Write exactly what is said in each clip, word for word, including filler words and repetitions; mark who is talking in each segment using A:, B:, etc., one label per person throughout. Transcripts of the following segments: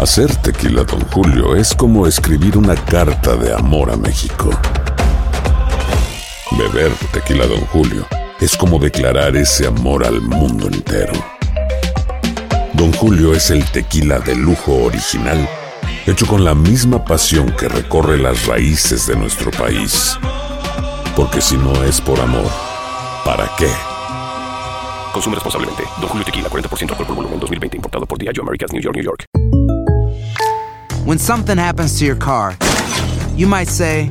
A: Hacer tequila Don Julio es como escribir una carta de amor a México. Beber tequila Don Julio es como declarar ese amor al mundo entero. Don Julio es el tequila de lujo original, hecho con la misma pasión que recorre las raíces de nuestro país. Porque si no es por amor, ¿para qué?
B: Consume responsablemente. Don Julio Tequila, cuarenta por ciento alcohol por volumen, dos mil veinte, importado por Diageo Americas, New York, New York.
C: When something happens to your car, you might say,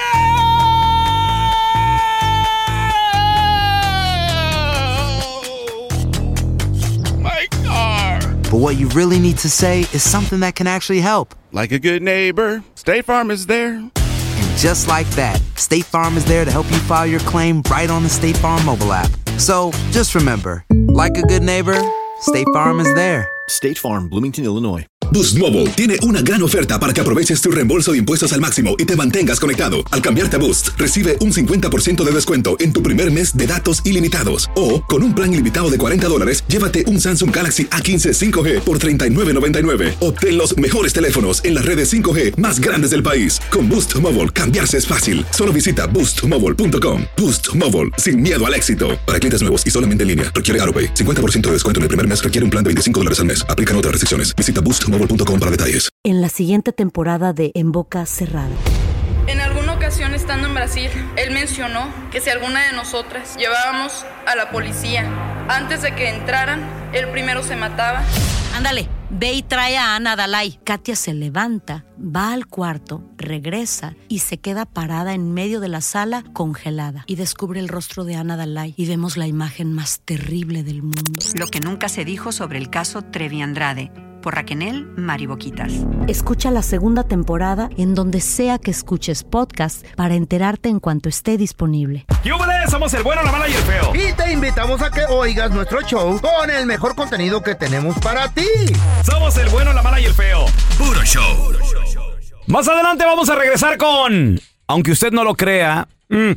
D: My car!
C: but what you really need to say is something that can actually help.
D: Like a good neighbor, State Farm is there.
C: And just like that, State Farm is there to help you file your claim right on the State Farm mobile app. So, just remember, like a good neighbor, State Farm is there.
E: State Farm, Bloomington, Illinois.
F: Boost Mobile tiene una gran oferta para que aproveches tu reembolso de impuestos al máximo y te mantengas conectado. Al cambiarte a Boost, recibe un cincuenta por ciento de descuento en tu primer mes de datos ilimitados. O, con un plan ilimitado de cuarenta dólares, llévate un Samsung Galaxy A quince cinco G por treinta y nueve noventa y nueve. Obtén los mejores teléfonos en las redes cinco G más grandes del país. Con Boost Mobile, cambiarse es fácil. Solo visita boost mobile punto com. Boost Mobile, sin miedo al éxito. Para clientes nuevos y solamente en línea, requiere AutoPay. cincuenta por ciento de descuento en el primer mes requiere un plan de veinticinco dólares al mes. Aplican otras restricciones. Visita boost mobile punto com para detalles.
G: En la siguiente temporada de En Boca Cerrada.
H: En alguna ocasión estando en Brasil, él mencionó que si alguna de nosotras llevábamos a la policía antes de que entraran, él primero se mataba.
G: Ándale, ve y trae a Ana Dalai. Katia se levanta, va al cuarto, regresa y se queda parada en medio de la sala congelada. Y descubre el rostro de Ana Dalai y vemos la imagen más terrible del mundo.
I: Lo que nunca se dijo sobre el caso Trevi Andrade, por Raquel Mariboquitas.
G: Escucha la segunda temporada en donde sea que escuches podcast para enterarte en cuanto esté disponible.
J: ¡Yúbales! Somos el bueno, la mala y el feo.
K: Y te invitamos a que oigas nuestro show con el mejor contenido que tenemos para ti.
J: Somos el bueno, la mala y el feo.
F: Puro show.
J: Más adelante vamos a regresar con... Aunque usted no lo crea... Mmm,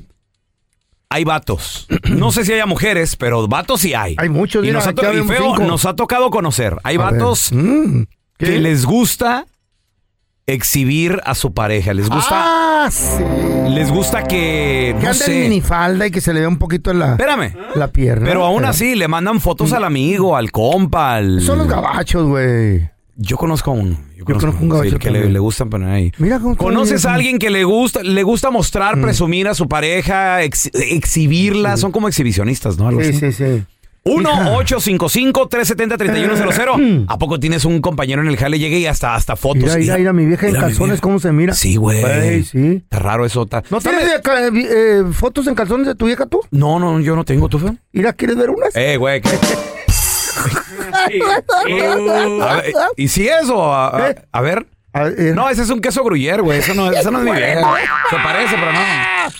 J: hay vatos. No sé si haya mujeres, pero vatos sí hay.
K: Hay muchos.
J: Y,
K: Mira,
J: nos, ha to- y feo, nos ha tocado conocer. Hay a vatos mm, que les gusta exhibir a su pareja. Les gusta...
K: Ah, sí.
J: Les gusta que...
K: Que
J: no
K: ande
J: sé.
K: en minifalda y que se le vea un poquito la...
J: Espérame.
K: La pierna.
J: Pero aún
K: Pero-
J: así le mandan fotos al amigo, al compa, al...
K: Son los gabachos, güey.
J: Yo conozco a uno. Yo conozco,
K: conozco un gabacho
J: sí, que le,
K: también.
J: le gustan poner ahí.
K: Mira cómo
J: ¿Conoces a alguien que le gusta le gusta mostrar,
K: Mm.
J: presumir a su pareja, ex- exhibirla?
K: Sí.
J: Son como exhibicionistas, ¿no? Algo
K: Sí,
J: así.
K: sí, sí.
J: uno ocho cinco cinco, tres siete cero, tres uno cero cero. ¿A poco tienes un compañero en el jale? Llegue y hasta, hasta fotos.
K: Mira, mira, mira, mi vieja en
J: Mira, mi
K: calzones,
J: vieja.
K: ¿cómo se mira?
J: Sí, güey.
K: Güey, sí.
J: Está raro eso. Está...
K: ¿No tienes eh, ca- eh, fotos en calzones de tu vieja tú?
J: No, no, yo no tengo. ¿Tú, feo?
K: Mira, ¿quieres ver unas?
J: Eh, güey. ¿qué? A ver, ¿y si eso? A, a- a ver.
K: A ver.
J: No, ese es un queso gruyere, güey. Eso no, eso no es mi vieja. Se parece, pero no.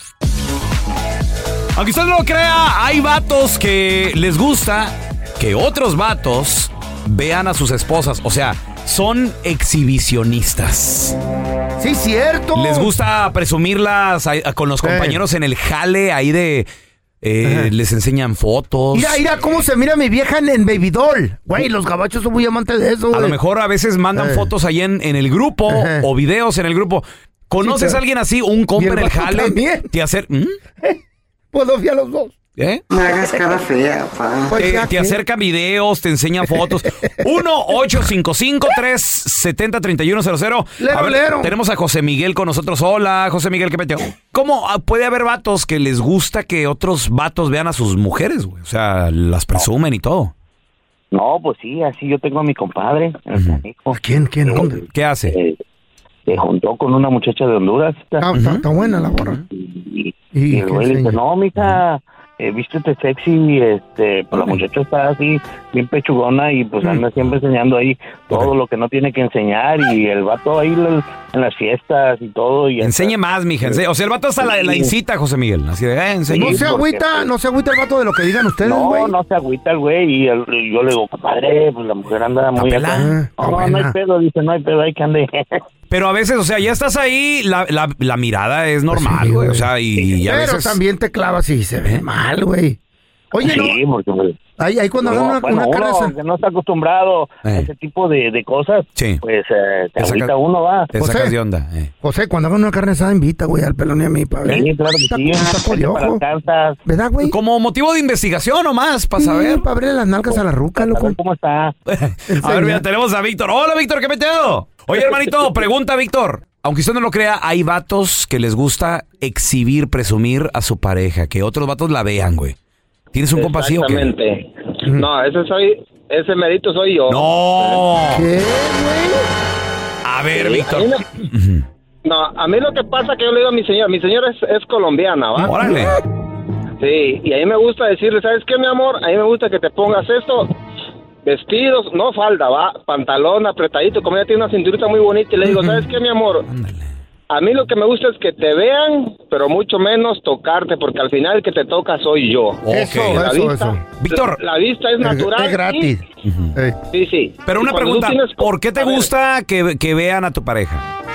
J: Aunque usted no lo crea, hay vatos que les gusta que otros vatos vean a sus esposas. O sea, son exhibicionistas.
K: Sí, cierto.
J: Les gusta presumirlas a- a- con los compañeros en el jale ahí de... eh, les enseñan fotos.
K: Mira, mira cómo se mira mi vieja en, en Baby Doll. Güey, los gabachos son muy amantes de eso,
J: A
K: güey.
J: lo mejor a veces mandan
K: Eh.
J: fotos ahí en, en el grupo
K: Ajá.
J: o videos en el grupo. ¿Conoces
K: Sí, pero-
J: a alguien así? Un compa
K: Y el
J: en el
K: vato
J: jale.
K: también.
J: Te hacer... ¿Mm?
K: Puedo fiar a los dos.
J: ¿Eh?
L: No hagas cara fea, pa.
K: Pues
J: Te,
K: ya
J: te
K: que-
J: acercan videos, te enseñan fotos. uno ocho cinco cinco, tres siete cero, tres uno cero cero.
K: Lero,
J: A ver,
K: lero.
J: tenemos a José Miguel con nosotros. Hola, José Miguel, ¿qué peteo? ¿Cómo ah, puede haber vatos que les gusta que otros vatos vean a sus mujeres, güey? O sea, las presumen y todo.
M: No, pues sí, así yo tengo a mi compadre, el canijo.
K: ¿Quién? ¿Quién? ¿Dónde?
J: ¿Qué hace?
M: Eh, se juntó con una muchacha de Honduras.
K: Está, está- está buena la borra.
M: Y,
K: ¿Y
M: y el
K: qué
M: güey le dice,
K: enseña?
M: no, mija, eh, vístete sexy, este, pues la muchacha está así, bien pechugona y pues anda siempre enseñando ahí todo lo que no tiene que enseñar y el vato ahí le- en las fiestas y todo. Y
J: Enseñe más, mija. ense- O sea, el vato hasta la, la incita, José Miguel. Así de, eh, enseñe.
K: No se agüita, no se agüita el vato de lo que digan ustedes,
M: No,
K: güey.
M: no se agüita el güey y, el- y yo le digo, compadre, pues la mujer anda muy
J: pelada.
M: acá.
K: Está
M: No, no hay
K: buena.
M: pedo, dice, no hay pedo, hay que ande.
J: Pero a veces, o sea, ya estás ahí, la, la, la mirada es normal,
K: Pues sí,
J: güey.
K: güey.
J: O sea, y, y a
K: Pero
J: veces...
K: también te clavas y se ve mal, güey. Oye,
M: Sí,
K: no.
M: porque pues,
K: Ahí, ahí cuando
M: no,
K: hagan una,
M: bueno,
K: una carne
M: uno
K: asada.
M: que no está acostumbrado
J: Eh.
M: a ese tipo de, de cosas,
J: Sí.
M: pues eh, te
J: Te saca-
M: agüita uno, va.
J: Te
K: José.
J: sacas de onda. eh.
K: José, cuando hagan una carne asada, invita, güey, al pelón y a mí, para ver.
M: Sí, claro que
K: Está
M: sí.
K: con- está con
M: Para
K: ojo.
M: las cartas,
K: ¿Verdad, güey?
J: Como motivo de investigación nomás, para
K: Sí,
J: saber.
K: para abrirle las nalgas a la ruca,
M: a
K: loco.
M: ver cómo está.
J: A ver, mira, tenemos a Víctor. Hola, Víctor, ¿qué metido? Oye, hermanito, pregunta, Víctor. Aunque usted no lo crea, hay vatos que les gusta exhibir, presumir a su pareja, que otros vatos la vean, güey. ¿Tienes un compa así o qué?
N: Exactamente. No, ese soy, ese mérito soy yo.
J: No.
K: ¿Qué, güey?
J: A ver,
N: Sí,
J: Víctor.
N: a mí me- No, a mí lo que pasa es que yo le digo a mi señora, mi señora es, es colombiana, ¿va?
J: Órale.
N: Sí, y a mí me gusta decirle, ¿sabes qué, mi amor? A mí me gusta que te pongas esto, vestidos, no falda, ¿va? Pantalón apretadito, como ella tiene una cinturita muy bonita, y le digo, ¿sabes qué, mi amor? A mí lo que me gusta es que te vean, pero mucho menos tocarte, porque al final el que te toca soy yo.
K: Eso,
N: La
K: eso,
N: vista-
K: eso.
J: Víctor.
N: La, la vista es natural.
K: Es gratis.
N: y-
K: Eh.
N: Sí, sí.
J: Pero
N: Y
J: una
N: cuando tú
J: pregunta,
N: tienes-
J: ¿por qué te
N: A ver,
J: gusta que, que vean a tu pareja?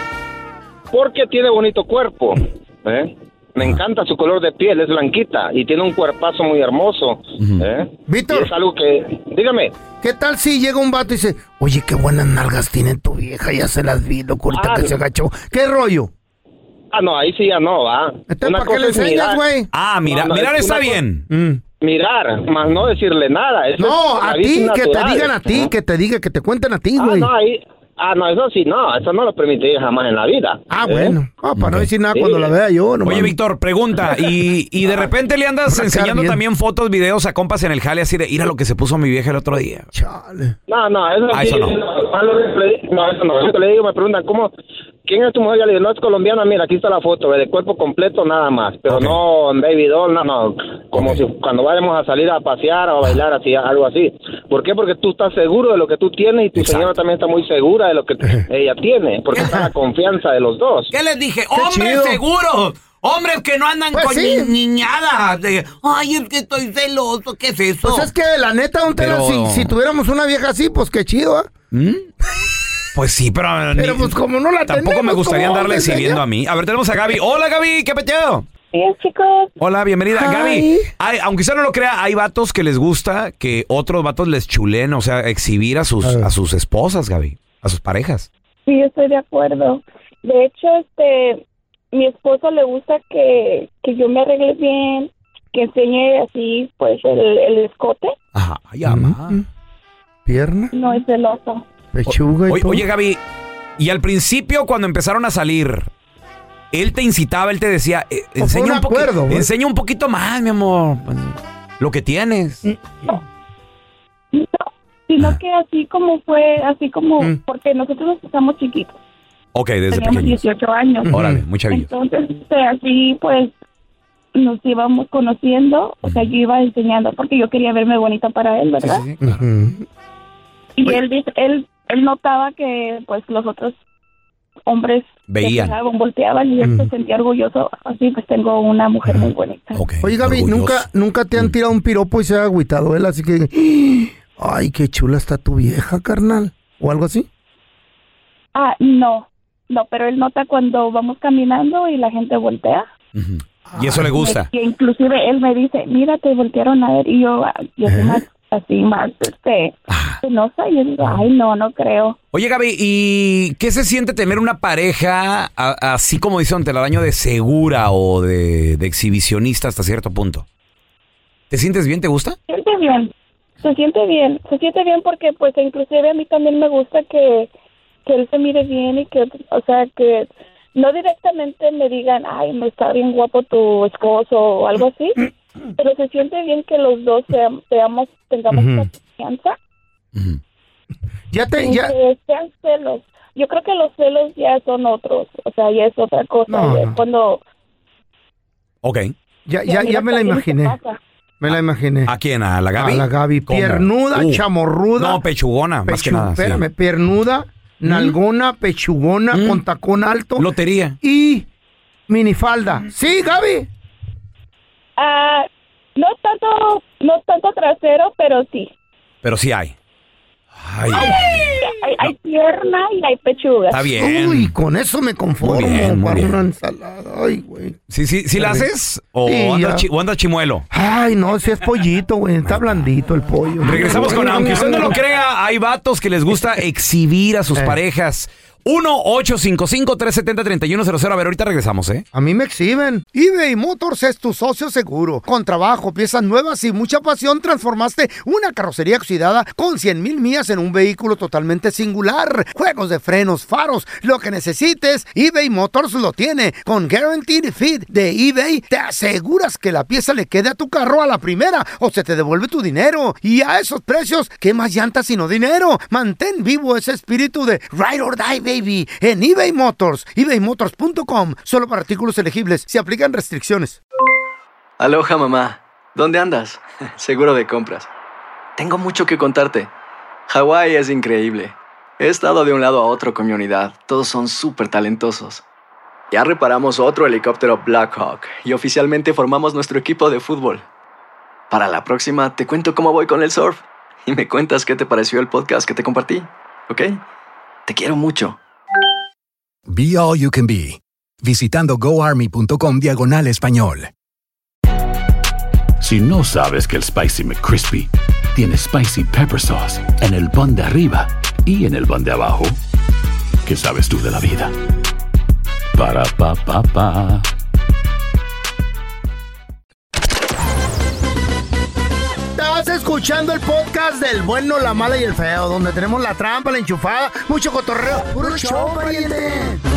N: Porque tiene bonito cuerpo, ¿eh? Me encanta su color de piel, es blanquita y tiene un cuerpazo muy hermoso, ¿eh?
K: Víctor.
N: Y es algo que, dígame.
K: ¿Qué tal si llega un vato y dice, oye, qué buenas nalgas tiene tu vieja, ya se las vi, loco, ahorita
N: Ah,
K: que
N: no.
K: se agachó? ¿Qué rollo?
N: Ah, no, ahí sí ya no, va.
K: Entonces,
N: Una
K: ¿para qué
N: cosa
K: le
N: es
K: enseñas,
N: mirar.
K: güey?
J: Ah, mira,
N: No, no,
J: mirar
N: es
J: está
N: una cosa-
J: bien.
K: Mm.
N: Mirar, más no decirle nada. Eso
K: No,
N: es-
K: a
N: la vista
K: ti,
N: es
K: que te
N: natural,
K: digan a ti,
N: ¿no?
K: que te digan, que te cuenten a ti,
N: Ah,
K: güey.
N: no, ahí... Ah, no, eso sí, no, eso no lo permitiría jamás en la vida.
K: Ah,
N: ¿eh?
K: bueno. Ah, para no
J: Ok.
K: decir nada
N: Sí.
K: cuando la vea yo, no
J: Oye,
K: mames.
J: Víctor, pregunta, y, y de repente le andas
K: Para quedar
J: enseñando
K: bien.
J: también fotos, videos a compas en el jale así de, mira lo que se puso mi vieja el otro día.
K: Chale.
N: No, no, eso,
J: Ah,
N: sí,
J: eso no.
N: malo que le- no, eso no. Eso que le digo, me preguntan, ¿cómo? ¿Quién es tu mujer? Ya le digo, no es colombiana, mira, aquí está la foto, de cuerpo completo nada más. Pero
J: Ok.
N: no en baby doll, no, no. Como
J: Ok.
N: si cuando vayamos a salir a pasear o a bailar, así, algo así. ¿Por qué? Porque tú estás seguro de lo que tú tienes y tu
J: Exacto.
N: señora también está muy segura de lo que ella tiene. Porque está la confianza de los dos.
J: ¿Qué les dije?
K: ¡Hombres
J: seguros! ¡Hombres que no andan
K: Pues sí.
J: niñadas! Ay, es que estoy celoso, ¿qué es eso?
K: Pues es que la neta, don Tela,
J: Pero-
K: si, si tuviéramos una vieja así, pues qué chido, ¿ah?
J: Pues sí, pero...
K: Pero
J: ni-
K: pues como no la
J: Tampoco
K: tenemos,
J: me gustaría
K: ¿cómo
J: andarle
K: vamos a
J: exhibiendo
K: enseñar?
J: a mí. A ver, tenemos a Gaby. Hola, Gaby, ¿qué peteo?
O: Bien, chicos.
J: Hola, bienvenida.
K: Hi.
J: Gaby, hay- aunque usted no lo crea, hay vatos que les gusta que otros vatos les chulen, o sea, exhibir a sus,
K: A ver.
J: a sus esposas, Gaby, a sus parejas.
O: Sí, estoy de acuerdo. De hecho, este, mi esposo le gusta que, que yo me arregle bien, que enseñe así, pues, el, el escote.
J: Ajá, ay, ama.
K: Mm. ¿Pierna?
O: No es celoso.
K: ¿Pechuga y
J: Oye,
K: todo?
J: oye, Gaby, y al principio cuando empezaron a salir, él te incitaba, él te decía, eh,
K: fue
J: enseña
K: un
J: un, poqui-
K: acuerdo, güey.
J: enseña un poquito más, mi amor, pues, lo que tienes.
O: No, sino que así como fue, así como,
K: Mm.
O: porque nosotros estamos chiquitos,
J: Ok, desde
O: teníamos
J: pequeños.
O: dieciocho años.
J: Órale, muy chavillos.
O: Entonces, este, así pues nos íbamos conociendo, o sea, yo iba enseñando porque yo quería verme bonita para él, ¿verdad?
J: Sí, sí, sí, claro.
K: Ujú.
O: Y él dice, él él notaba que pues los otros hombres
J: Veían.
O: se fijaban, volteaban y él se
K: Mm.
O: sentía orgulloso, así pues tengo una mujer muy bonita.
J: Ok,
K: Oye, Gaby,
J: orgulloso.
K: ¿nunca, ¿nunca te han tirado un piropo y se ha agüitado él? Así que, ay, qué chula está tu vieja, carnal. ¿O algo así?
O: Ah, no, no, pero él nota cuando vamos caminando y la gente voltea.
J: Ujú. Y eso le gusta.
O: Que inclusive él me dice, mira, te voltearon a ver y yo, ah, yo soy
K: ¿Eh?
O: más así, más, este,
J: Ah.
O: penosa y yo digo, ay, no, no creo.
J: Oye, Gaby, ¿y qué se siente tener una pareja a- así como dice Don Telaraño de segura o de, de exhibicionista hasta cierto punto? ¿Te sientes bien? ¿Te gusta?
O: Se siente bien, se siente bien, se siente bien porque pues inclusive a mí también me gusta que, que él se mire bien y que, o sea, que no directamente me digan, ay, me está bien guapo tu esposo o algo así, pero se siente bien que los dos seam- seamos, tengamos
K: Ujú.
O: esa confianza
J: Ujú.
K: Ya te,
O: y
K: ya...
O: que sean celos. Yo creo que los celos ya son otros, o sea, ya es otra cosa,
K: No,
O: ya es
K: no.
O: cuando...
J: Ok.
K: Ya, ya,
O: mira
K: ya me la
O: también qué
K: imaginé.
O: pasa.
K: Me la imaginé.
J: ¿A quién? ¿A la Gaby?
K: A la Gaby.
J: ¿Cómo?
K: Piernuda,
J: Uh.
K: chamorruda.
J: No, pechugona, más que
K: pechu-
J: nada. sí.
K: Espérame, piernuda, nalgona, pechugona,
J: Mm.
K: con tacón alto.
J: Lotería.
K: Y minifalda. Sí, Gaby.
O: Ah, no tanto, no tanto trasero, pero sí.
J: Pero sí hay. Ay.
O: Hay, hay pierna y hay pechuga.
J: Está bien.
K: Uy, con eso me conformo.
J: Muy bien, muy
K: para
J: bien.
K: una ensalada. Ay, güey.
J: ¿Sí, sí, sí la haces? ¿O,
K: Sí,
J: anda,
K: ya.
J: chi- o anda chimuelo?
K: Ay, no, si es pollito, güey. Está blandito el pollo.
J: Regresamos con, aunque usted no lo crea, hay vatos que les gusta exhibir a sus
K: Eh.
J: parejas. uno ocho cinco cinco, tres siete cero, tres uno cero cero. A ver, ahorita regresamos, ¿eh?
K: A mí me exhiben. eBay Motors es tu socio seguro. Con trabajo, piezas nuevas y mucha pasión, transformaste una carrocería oxidada con cien mil millas en un vehículo totalmente singular. Juegos de frenos, faros, lo que necesites, eBay Motors lo tiene. Con Guaranteed Fit de eBay, te aseguras que la pieza le quede a tu carro a la primera o se te devuelve tu dinero. Y a esos precios, ¿qué más llantas sino dinero? Mantén vivo ese espíritu de Ride or Die, baby, en eBay Motors. ebay motors punto com. Solo para artículos elegibles. Se aplican restricciones.
P: Aloha, mamá. ¿Dónde andas? Seguro de compras. Tengo mucho que contarte. Hawái es increíble. He estado de un lado a otro con mi unidad. Todos son súper talentosos. Ya reparamos otro helicóptero Blackhawk y oficialmente formamos nuestro equipo de fútbol. Para la próxima te cuento cómo voy con el surf y me cuentas qué te pareció el podcast que te compartí, ¿ok? Te quiero mucho.
Q: Be All You Can Be, visitando goarmy.com diagonal español.
R: Si no sabes que el Spicy McCrispy tiene Spicy Pepper Sauce en el pan de arriba y en el pan de abajo, ¿qué sabes tú de la vida? Para, pa, pa, pa.
K: Estás escuchando el podcast del bueno, la mala y el feo, donde tenemos la trampa, la enchufada, mucho cotorreo. ¡Puro show, pariente!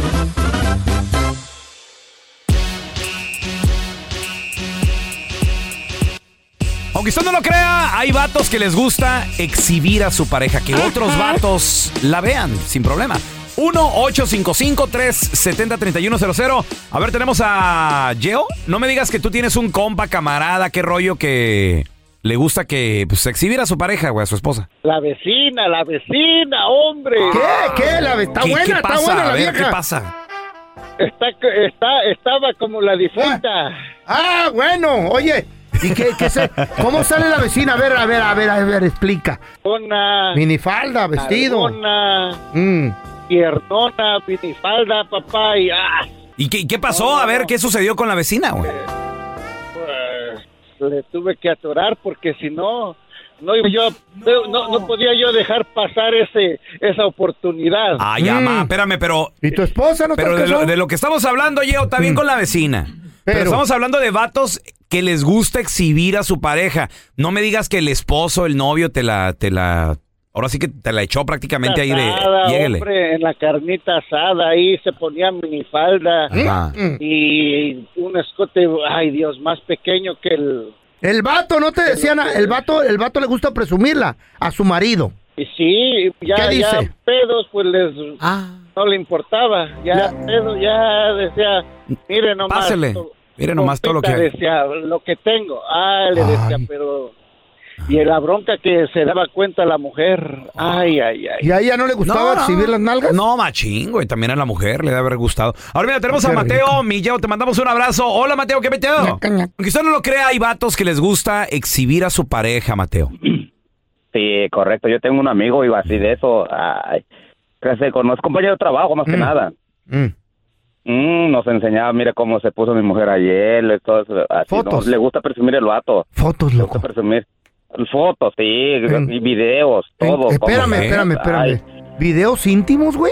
J: Aunque usted no lo crea, hay vatos que les gusta exhibir a su pareja, que otros vatos la vean sin problema. uno ocho cinco cinco, tres siete cero, tres uno cero cero. A ver, tenemos a Geo. No me digas que tú tienes un compa, camarada, qué rollo que le gusta que pues exhibir a su pareja, güey, a su esposa.
S: La vecina, la vecina, hombre.
K: ¿Qué? ¿Qué? La, está
J: ¿Qué,
K: buena,
J: qué
K: está
J: pasa?
K: buena la
J: A ver,
K: vieja.
J: ¿qué pasa?
S: Está, está, estaba como la difunta.
K: Ah, bueno, oye. ¿Y qué, qué se, cómo sale la vecina? A ver, a ver, a ver, a ver, explica.
S: Una
K: minifalda, vestido.
S: Una
K: Mm.
S: piernona, minifalda, papá, y ah,
J: ¿Y qué, qué pasó? A ver, ¿qué sucedió con la vecina, güey?
S: pues le tuve que atorar porque si no, no iba yo, no, no podía yo dejar pasar ese, esa oportunidad.
J: Ay, ya, ma, espérame, pero...
K: ¿Y tu esposa no te
J: Pero de
K: casó?
J: lo, de lo que estamos hablando, Geo, está bien con la vecina. Pero...
K: Pero-
J: estamos hablando de vatos que les gusta exhibir a su pareja. No me digas que el esposo, el novio, te la... Te la ahora sí que te la echó prácticamente ahí de...
S: Asada,
J: Lléguele.
S: hombre, en la carnita asada, ahí se ponía minifalda
J: Ajá.
S: y un escote, ay Dios, más pequeño que el...
K: El vato, no te decía nada. El vato, el vato le gusta presumirla a su marido.
S: Y sí, ya,
K: ¿Qué dice?
S: ya pedos, pues les no le importaba. Ya,
K: Ya.
S: pedos, ya decía, mire nomás.
J: Pásele.
S: to-
J: Mire nomás todo lo que
S: compita,
J: hay.
S: decía, lo que tengo. Ah, le decía, pero... Y la bronca que se daba cuenta la mujer. Ay, ay, ay.
K: ¿Y a ella no le gustaba exhibir las nalgas?
J: No, machín, güey. También a la mujer le debe haber gustado. Ahora mira, tenemos a
K: Qué
J: Mateo,
K: rico.
J: mi Geo, te mandamos un abrazo. Hola, Mateo, ¿qué meteo? Aunque usted no lo crea, hay vatos que les gusta exhibir a su pareja, Mateo.
M: Sí, correcto. Yo tengo un amigo y así de eso. Ay, que se conoce, compañero de trabajo, más que
K: Mm.
M: nada.
K: Mm.
M: Mm, nos enseñaba, mire cómo se puso mi mujer ayer. Todo eso, así,
K: Fotos.
M: ¿no? Le gusta presumir el vato.
K: Fotos,
M: Le
K: loco.
M: gusta presumir. Fotos, sí,
K: En-
M: y videos,
K: En-
M: todo.
K: espérame,
M: como-
K: espérame, espérame.
M: Ay,
K: ¿Videos íntimos, güey?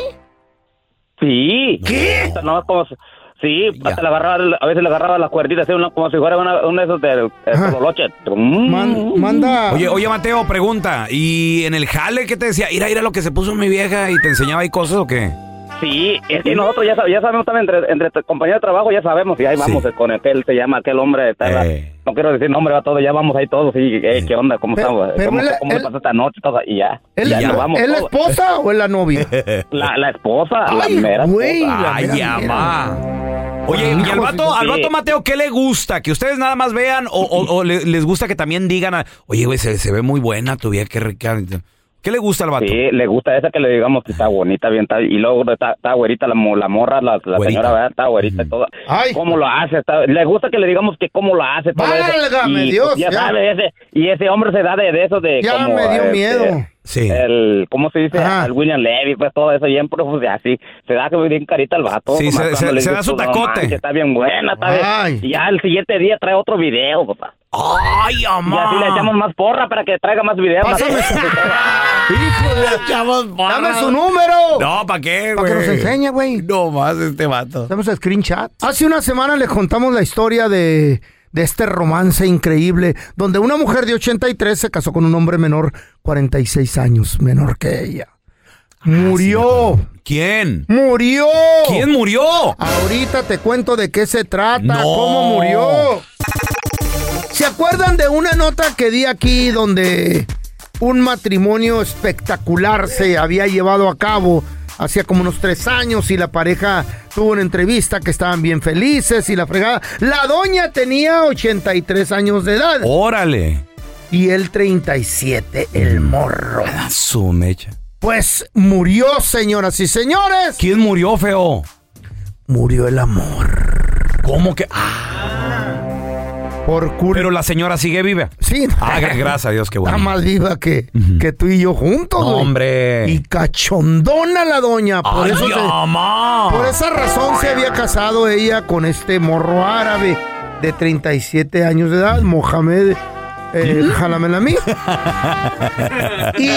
M: sí.
K: ¿Qué?
M: No, como, sí, hasta le agarraba, a veces le agarraba las cuerditas, así, una- como si fuera una, uno de esos de, de Tololoche. Mm.
K: Man- manda.
J: Oye, oye, Mateo, pregunta. ¿Y en el jale qué te decía? Ira, ira lo que se puso mi vieja y te enseñaba ahí cosas o qué?
M: Sí, es que nosotros ya, sab- ya sabemos también, entre, entre compañeros de trabajo ya sabemos, y ahí vamos
J: Sí.
M: con aquel, se llama aquel hombre, está,
J: Eh.
M: no quiero decir nombre a todo, ya vamos ahí todos, y eh, qué onda, cómo
K: Pero-
M: estamos,
K: pero
M: cómo,
K: él-
M: cómo
K: él-
M: le pasó esta noche, todo, y ya,
K: ¿Es,
M: ya
K: la,
M: nos vamos
K: ¿es la
M: todos.
K: esposa o es la novia?
M: La, la esposa,
K: Ay,
M: la mera
K: güey,
M: esposa.
K: la
J: Ay,
K: mera
J: ya,
K: mera.
J: ma. Oye, ¿y al vato, al vato Mateo qué le gusta? ¿Que ustedes nada más vean o, o- o le- les gusta que también digan, a- oye, güey, se, se ve muy buena tu vieja, qué rica? ¿Qué le gusta al vato?
M: Sí, le gusta esa que le digamos que está bonita, bien, está, y luego está, está güerita la, mo- la morra, la, la
J: Güerita.
M: señora, ¿verdad? Está güerita y todo.
K: Ay.
M: ¿Cómo lo hace? Está- le gusta que le digamos que cómo lo hace. Todo eso.
K: Válgame
M: Y,
K: Dios,
M: pues, ya,
K: ya.
M: sabe, ese, y ese hombre se da de, de eso de
K: Ya
M: como,
K: me dio
M: este,
K: miedo.
J: Sí.
M: El, ¿cómo se dice?
K: Ajá.
M: El William Levy, pues todo eso bien, pero pues así, se da que bien carita el vato.
J: Sí,
M: nomás
J: se-
M: cuando
J: se-
M: le
J: se da
M: dices,
J: su
M: "No
J: tacote".
M: manches, está bien buena, está bien".
K: Ay.
M: Y ya el siguiente día trae otro video, papá.
J: ¡Ay,
M: Y así le echamos más porra para que traiga más videos.
K: Pásame su... Híjole, dame su número.
J: No, ¿para qué,
K: Para
J: güey?
K: que nos enseñe, güey.
J: No más este vato.
K: Damos el screenshot. Hace una semana les contamos la historia de, de este romance increíble, donde una mujer de ochenta y tres se casó con un hombre menor, cuarenta y seis años menor que ella. Murió.
J: ¿Quién?
K: ¡Murió!
J: ¿Quién murió?
K: Ahorita te cuento de qué se trata,
J: No.
K: cómo murió. ¿Se acuerdan de una nota que di aquí donde un matrimonio espectacular se había llevado a cabo hacía como unos tres años y la pareja tuvo una entrevista que estaban bien felices y la fregada? La doña tenía ochenta y tres años de edad.
J: Órale.
K: Y él treinta y siete, el morro.
J: A su mecha.
K: Pues murió, señoras y señores.
J: ¿Quién murió, feo?
K: Murió el amor.
J: ¿Cómo que? Ah.
K: Por culpa.
J: Pero la señora sigue viva.
K: Sí.
J: Ah, gra- gracias a Dios, qué bueno.
K: Está más viva que, que tú y yo juntos,
J: No,
K: güey.
J: hombre.
K: Y cachondona la doña. Por
J: Ay,
K: eso se-
J: mamá.
K: por esa razón se había casado ella con este morro árabe de treinta y siete años de edad, Mohamed eh, Jalamelami. Y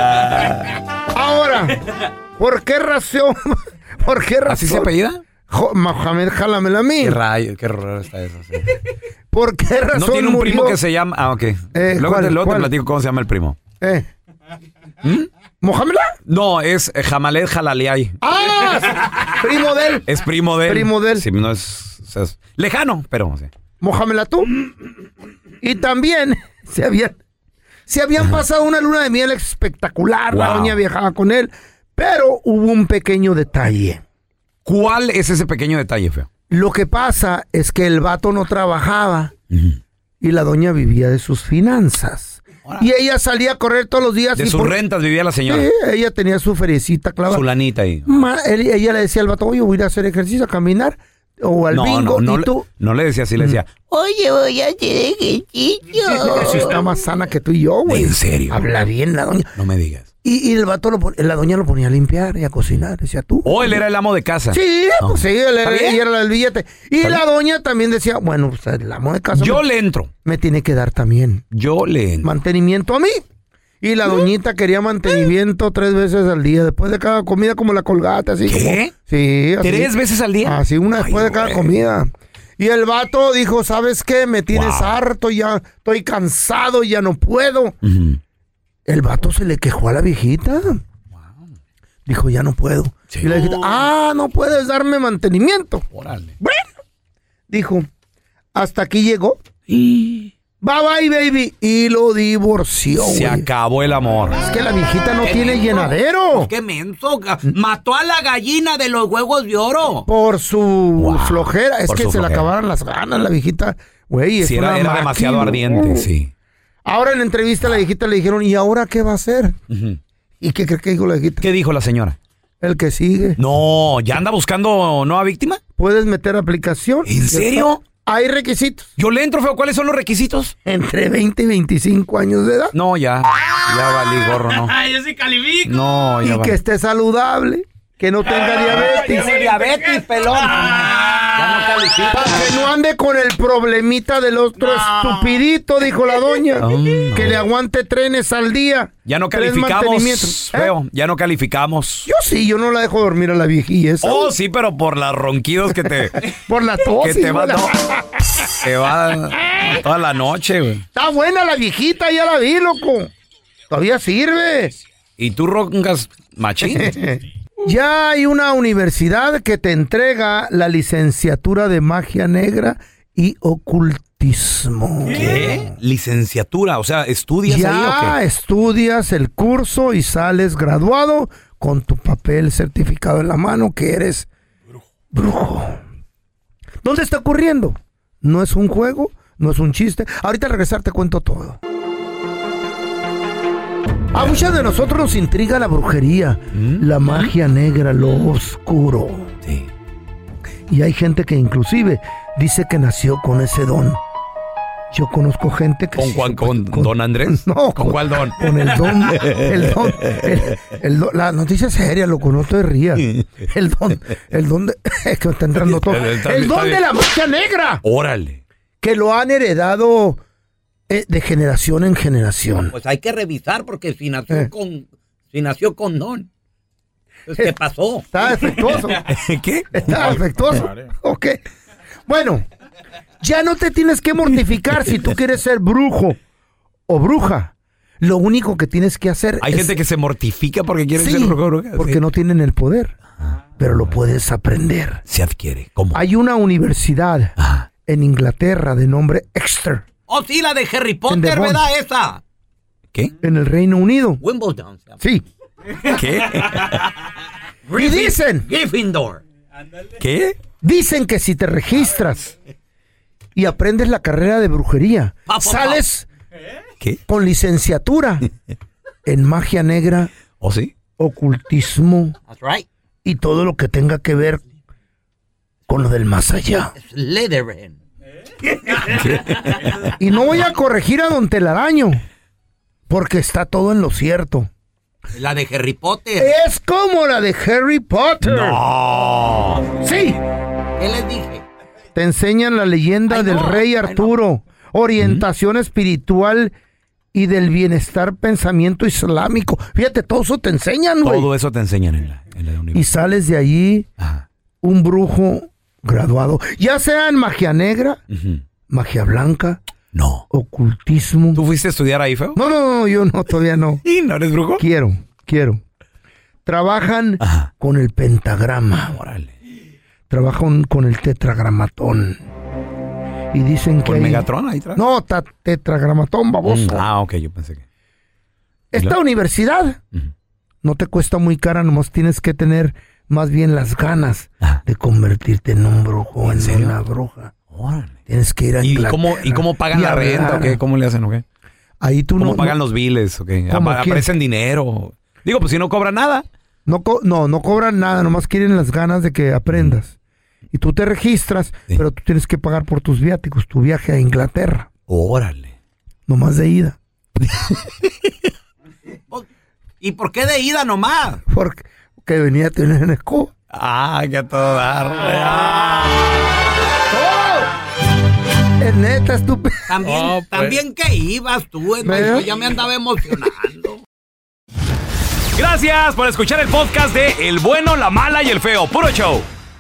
K: ahora, ¿por qué razón? ¿Por qué razón?
J: ¿Así se apellida?
K: Jo- Mohamed Jalamelami.
J: Qué rayo, qué raro está eso. Sí.
K: ¿Por qué razón
J: No tiene un
K: murió?
J: primo que se llama. Ah, ok.
K: Eh,
J: luego
K: ¿cuál,
J: te, luego te
K: cuál?
J: platico cómo se llama el primo.
K: Eh.
J: ¿Mm?
K: ¿Mohamed?
J: No, es eh, Jamaled Jalaliay.
K: ¡Ah! Primo de él.
J: Es primo de él.
K: Primo de él.
J: Sí, no es, es lejano, pero sí.
K: Mohamed tú. Y también se habían, se habían pasado una luna de miel espectacular. La
J: Wow.
K: doña viajaba con él. Pero hubo un pequeño detalle.
J: ¿Cuál es ese pequeño detalle, feo?
K: Lo que pasa es que el vato no trabajaba y la doña vivía de sus finanzas. Y ella salía a correr todos los días.
J: De
K: y
J: sus
K: por-
J: rentas vivía la señora.
K: Sí, ella tenía su feriecita clavada.
J: Su lanita ahí.
K: Ma- él- ella le decía al vato, oye, voy a ir a hacer ejercicio, a caminar. O al
J: No,
K: bingo.
J: no, no,
K: y
J: le-
K: tú,
J: no le decía así, le decía.
K: oye, voy a hacer ejercicio. No, si está más sana que tú y yo, güey.
J: ¿En serio?
K: Habla bien la doña.
J: No me digas.
K: Y, y el vato, lo pon- la doña lo ponía a limpiar y a cocinar. Decía tú.
J: Oh, él era el amo de casa.
K: Sí,
J: No.
K: pues sí, él era,
J: ¿Está bien?
K: ella era el billete. Y
J: ¿Está
K: la
J: bien?
K: doña también decía, bueno, pues el amo de casa
J: Yo
K: me,
J: le entro.
K: me tiene que dar también
J: Yo le entro.
K: mantenimiento a mí. Y la doñita quería mantenimiento tres veces al día, después de cada comida, como la colgata, así.
J: ¿Qué?
K: Como, sí, así.
J: ¿Tres veces al día?
K: Así, una después
J: Ay,
K: de cada
J: güey.
K: comida. Y el vato dijo, ¿sabes qué? Me tienes
J: Wow.
K: harto, ya estoy cansado, ya no puedo.
J: Ujú.
K: El vato se le quejó a la viejita. Dijo, ya no puedo.
J: Sí.
K: Y la viejita, ah, no puedes darme mantenimiento.
J: Órale.
K: Bueno, dijo, hasta aquí llegó. Bye bye, baby. Y lo divorció,
J: Se
K: güey.
J: acabó el amor.
K: Es que la viejita no
J: ¿Qué
K: tiene
J: menso?
K: llenadero.
J: ¡Qué menso! Mató a la gallina de los huevos de oro.
K: Por su
J: Wow.
K: flojera. Es
J: Por
K: que
J: su
K: se le
J: flojera.
K: acabaron las ganas, la viejita. Güey, es
J: Sí,
K: una
J: era, era
K: máquina.
J: demasiado ardiente, sí.
K: Ahora en la entrevista a la viejita le dijeron, ¿y ahora qué va a hacer?
J: Ujú.
K: ¿Y qué cree que dijo la viejita?
J: ¿Qué dijo la señora?
K: El que sigue.
J: No, ¿ya anda buscando nueva víctima?
K: Puedes meter aplicación.
J: ¿En serio?
K: Hay requisitos.
J: Yo le entro, feo. ¿Cuáles son los requisitos?
K: Entre veinte y veinticinco años de edad.
J: No, ya. Ya valí gorro, ¿no?
T: Yo sí califico.
J: No, ya
K: Y
J: valí.
K: que esté saludable. Que no tenga diabetes.
J: Tiene diabetes, pelón. Ya no califica.
K: Para que no ande con el problemita del otro estupidito, dijo la doña.
J: Oh, no.
K: Que le aguante trenes al día.
J: Ya no
K: Tres
J: calificamos,
K: mantenimientos. ¿Eh?
J: feo. Ya no calificamos.
K: Yo sí, yo no la dejo dormir a la viejilla esa.
J: Oh, sí, pero por los ronquidos que te...
K: Por la tos.
J: que te va,
K: hijo de la-
J: no, te va toda la noche, güey.
K: Está buena la viejita, ya la vi, loco. Todavía sirve.
J: Y tú roncas machín.
K: Ya hay una universidad que te entrega la licenciatura de magia negra y ocultismo.
J: ¿Qué? Licenciatura, o sea, ¿estudias ahí o
K: Ya
J: qué?
K: estudias el curso y sales graduado con tu papel certificado en la mano que eres brujo. ¿Dónde está ocurriendo? No es un juego, no es un chiste. Ahorita al regresar te cuento todo. A muchos de nosotros nos intriga la brujería, la magia negra, lo oscuro.
J: Sí.
K: Y hay gente que inclusive dice que nació con ese don. Yo conozco gente que...
J: ¿Con,
K: sí,
J: Juan, con,
K: con
J: don Andrés?
K: No.
J: ¿Con cuál don?
K: Con el don. El don. El, el don la noticia es seria, loco, no te rías. El don. El don de... Es que me está entrando todo. El don de la magia negra.
J: Órale.
K: Que lo han heredado eh, de generación en generación.
T: Pues hay que revisar porque si nació
K: Eh.
T: con... Si nació con don. Pues, ¿qué pasó?
K: Está defectuoso.
J: ¿Qué?
K: Está defectuoso. Ok. Bueno, ya no te tienes que mortificar si tú quieres ser brujo o bruja. Lo único que tienes que hacer
J: Hay
K: es...
J: gente que se mortifica porque quiere
K: Sí,
J: ser brujo o bruja.
K: porque
J: Sí.
K: no tienen el poder, pero lo puedes aprender.
J: Se adquiere. ¿Cómo?
K: Hay una universidad en Inglaterra de nombre Exeter,
T: Oh, sí, la de Harry
K: En
T: Potter,
K: The Bond.
T: ¿verdad? Esa.
J: ¿Qué?
K: en el Reino Unido.
T: Wimbledon.
K: Sí.
J: ¿Qué?
K: Y dicen,
T: Gryffindor.
J: ¿Qué?
K: dicen que si te registras y aprendes la carrera de brujería,
T: Pa, pa, pa.
K: sales
J: ¿Qué?
K: con licenciatura en magia negra,
J: ¿O sí?
K: ocultismo
T: That's right.
K: y todo lo que tenga que ver con lo del más allá.
T: Slytherin.
K: Y no voy a corregir a don Telaraño, porque está todo en lo cierto.
T: La de Harry Potter.
K: Es como la de Harry Potter.
J: No.
K: Sí,
T: ¿Qué les dije?
K: te enseñan la leyenda
T: I
K: del
T: know,
K: rey
T: I
K: Arturo, orientación espiritual y del bienestar pensamiento islámico. Fíjate, todo eso te enseñan, güey.
J: Todo eso te enseñan en la, en la
K: Y
J: universidad.
K: sales de allí
J: Ajá.
K: un brujo graduado, ya sea en magia negra,
J: Ujú.
K: magia blanca,
J: No.
K: ocultismo.
J: ¿Tú fuiste a estudiar ahí, feo?
K: No, no, no, yo no, todavía no.
J: ¿Y no eres brujo?
K: Quiero, quiero. Trabajan
J: Ajá.
K: con el pentagrama,
J: Órale.
K: trabajan con el tetragramatón. Y dicen que
J: ¿Con
K: hay-
J: Megatron ahí atrás?
K: No, ta- tetragramatón, baboso.
J: Mm, Ah, ok, yo pensé que...
K: Esta universidad
J: Ujú.
K: no te cuesta muy cara, nomás tienes que tener más bien las ganas
J: Ajá.
K: de convertirte en un brujo,
J: ¿En
K: en,
J: serio?
K: una bruja.
J: Órale.
K: Tienes que ir a
J: ¿Y
K: Inglaterra
J: cómo, ¿Y cómo pagan
K: y
J: la renta
K: hablar.
J: o qué? ¿Cómo le hacen o qué?
K: Ahí tú
J: ¿Cómo
K: no,
J: pagan
K: no,
J: los biles o qué?
K: ¿Cómo
J: Apa-
K: quién?
J: ¿Aparecen dinero? Digo, pues si no cobran nada.
K: no, co- no, no cobran nada, nomás quieren las ganas de que aprendas. Y tú te registras,
J: Sí.
K: pero tú tienes que pagar por tus viáticos, tu viaje a Inglaterra,
J: Órale.
K: nomás de ida.
T: ¿Y por qué de ida nomás?
K: Porque que venía a tener en escoba.
J: Ah, que a todo dar.
K: ¡Oh! Es neta, estúpido.
T: También,
J: Oh, pues.
T: también que ibas tú, Edmundo.
K: ¿Veo?
T: Yo ya me andaba emocionando.
J: Gracias por escuchar el podcast de El Bueno, la Mala y el Feo. Puro show.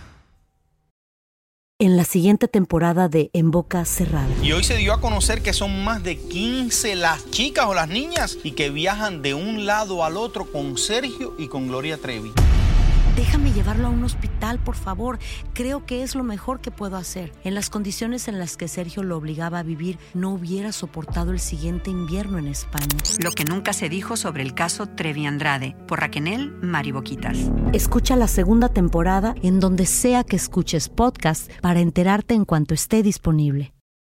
G: En la siguiente temporada de En Boca Cerrada.
U: Y hoy se dio a conocer que son más de quince las chicas o las niñas y que viajan de un lado al otro con Sergio y con Gloria Trevi.
G: Déjame llevarlo a un hospital, por favor. Creo que es lo mejor que puedo hacer. En las condiciones en las que Sergio lo obligaba a vivir, no hubiera soportado el siguiente invierno en España.
I: Lo que nunca se dijo sobre el caso Trevi Andrade, por Raquel Mariboquitas.
G: Escucha la segunda temporada en donde sea que escuches podcast para enterarte en cuanto esté disponible.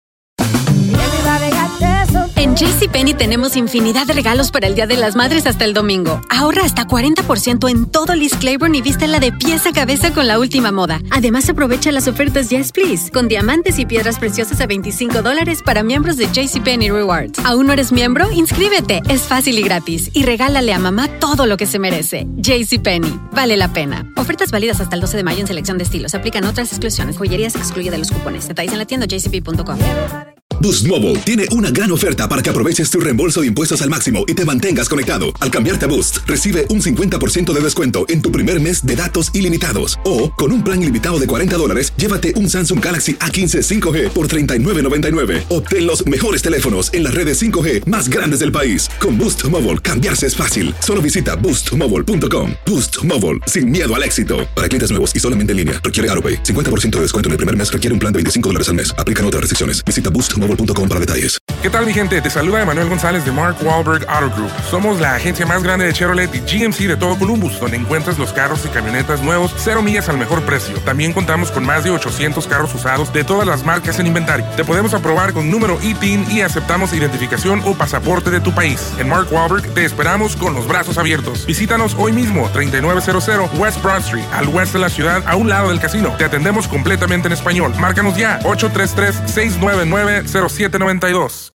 V: En JCPenney tenemos infinidad de regalos para el Día de las Madres hasta el domingo. Ahorra hasta cuarenta por ciento en todo Liz Claiborne y vístela de pies a cabeza con la última moda. Además, aprovecha las ofertas Yes Please, con diamantes y piedras preciosas a veinticinco dólares para miembros de JCPenney Rewards. ¿Aún no eres miembro? Inscríbete. Es fácil y gratis. Y regálale a mamá todo lo que se merece. JCPenney. Vale la pena. Ofertas válidas hasta el doce de mayo en selección de estilos. Aplican otras exclusiones. Joyería se excluye de los cupones. Detalles en la tienda j c p punto com.
F: Boost Mobile tiene una gran oferta para que aproveches tu reembolso de impuestos al máximo y te mantengas conectado. Al cambiarte a Boost, recibe un cincuenta por ciento de descuento en tu primer mes de datos ilimitados. O, con un plan ilimitado de cuarenta dólares, llévate un Samsung Galaxy A quince cinco G por treinta y nueve noventa y nueve. Obtén los mejores teléfonos en las redes cinco G más grandes del país. Con Boost Mobile, cambiarse es fácil. Solo visita boost mobile punto com. Boost Mobile, sin miedo al éxito. Para clientes nuevos y solamente en línea, requiere AutoPay. cincuenta por ciento de descuento en el primer mes requiere un plan de veinticinco dólares al mes. Aplican otras restricciones. Visita boost mobile punto com para detalles.
A: ¿Qué tal, mi gente? Te saluda Emanuel González de Mark Wahlberg Auto Group. Somos la agencia más grande de Chevrolet y G M C de todo Columbus, donde encuentras los carros y camionetas nuevos, cero millas al mejor precio. También contamos con más de ochocientos carros usados de todas las marcas en inventario. Te podemos aprobar con número I T I N y aceptamos identificación o pasaporte de tu país. En Mark Wahlberg te esperamos con los brazos abiertos. Visítanos hoy mismo, treinta y nueve cero cero West Broad Street, al oeste de la ciudad, a un lado del casino. Te atendemos completamente en español. Márcanos ya, ocho tres tres, seis nueve nueve, cero siete nueve dos.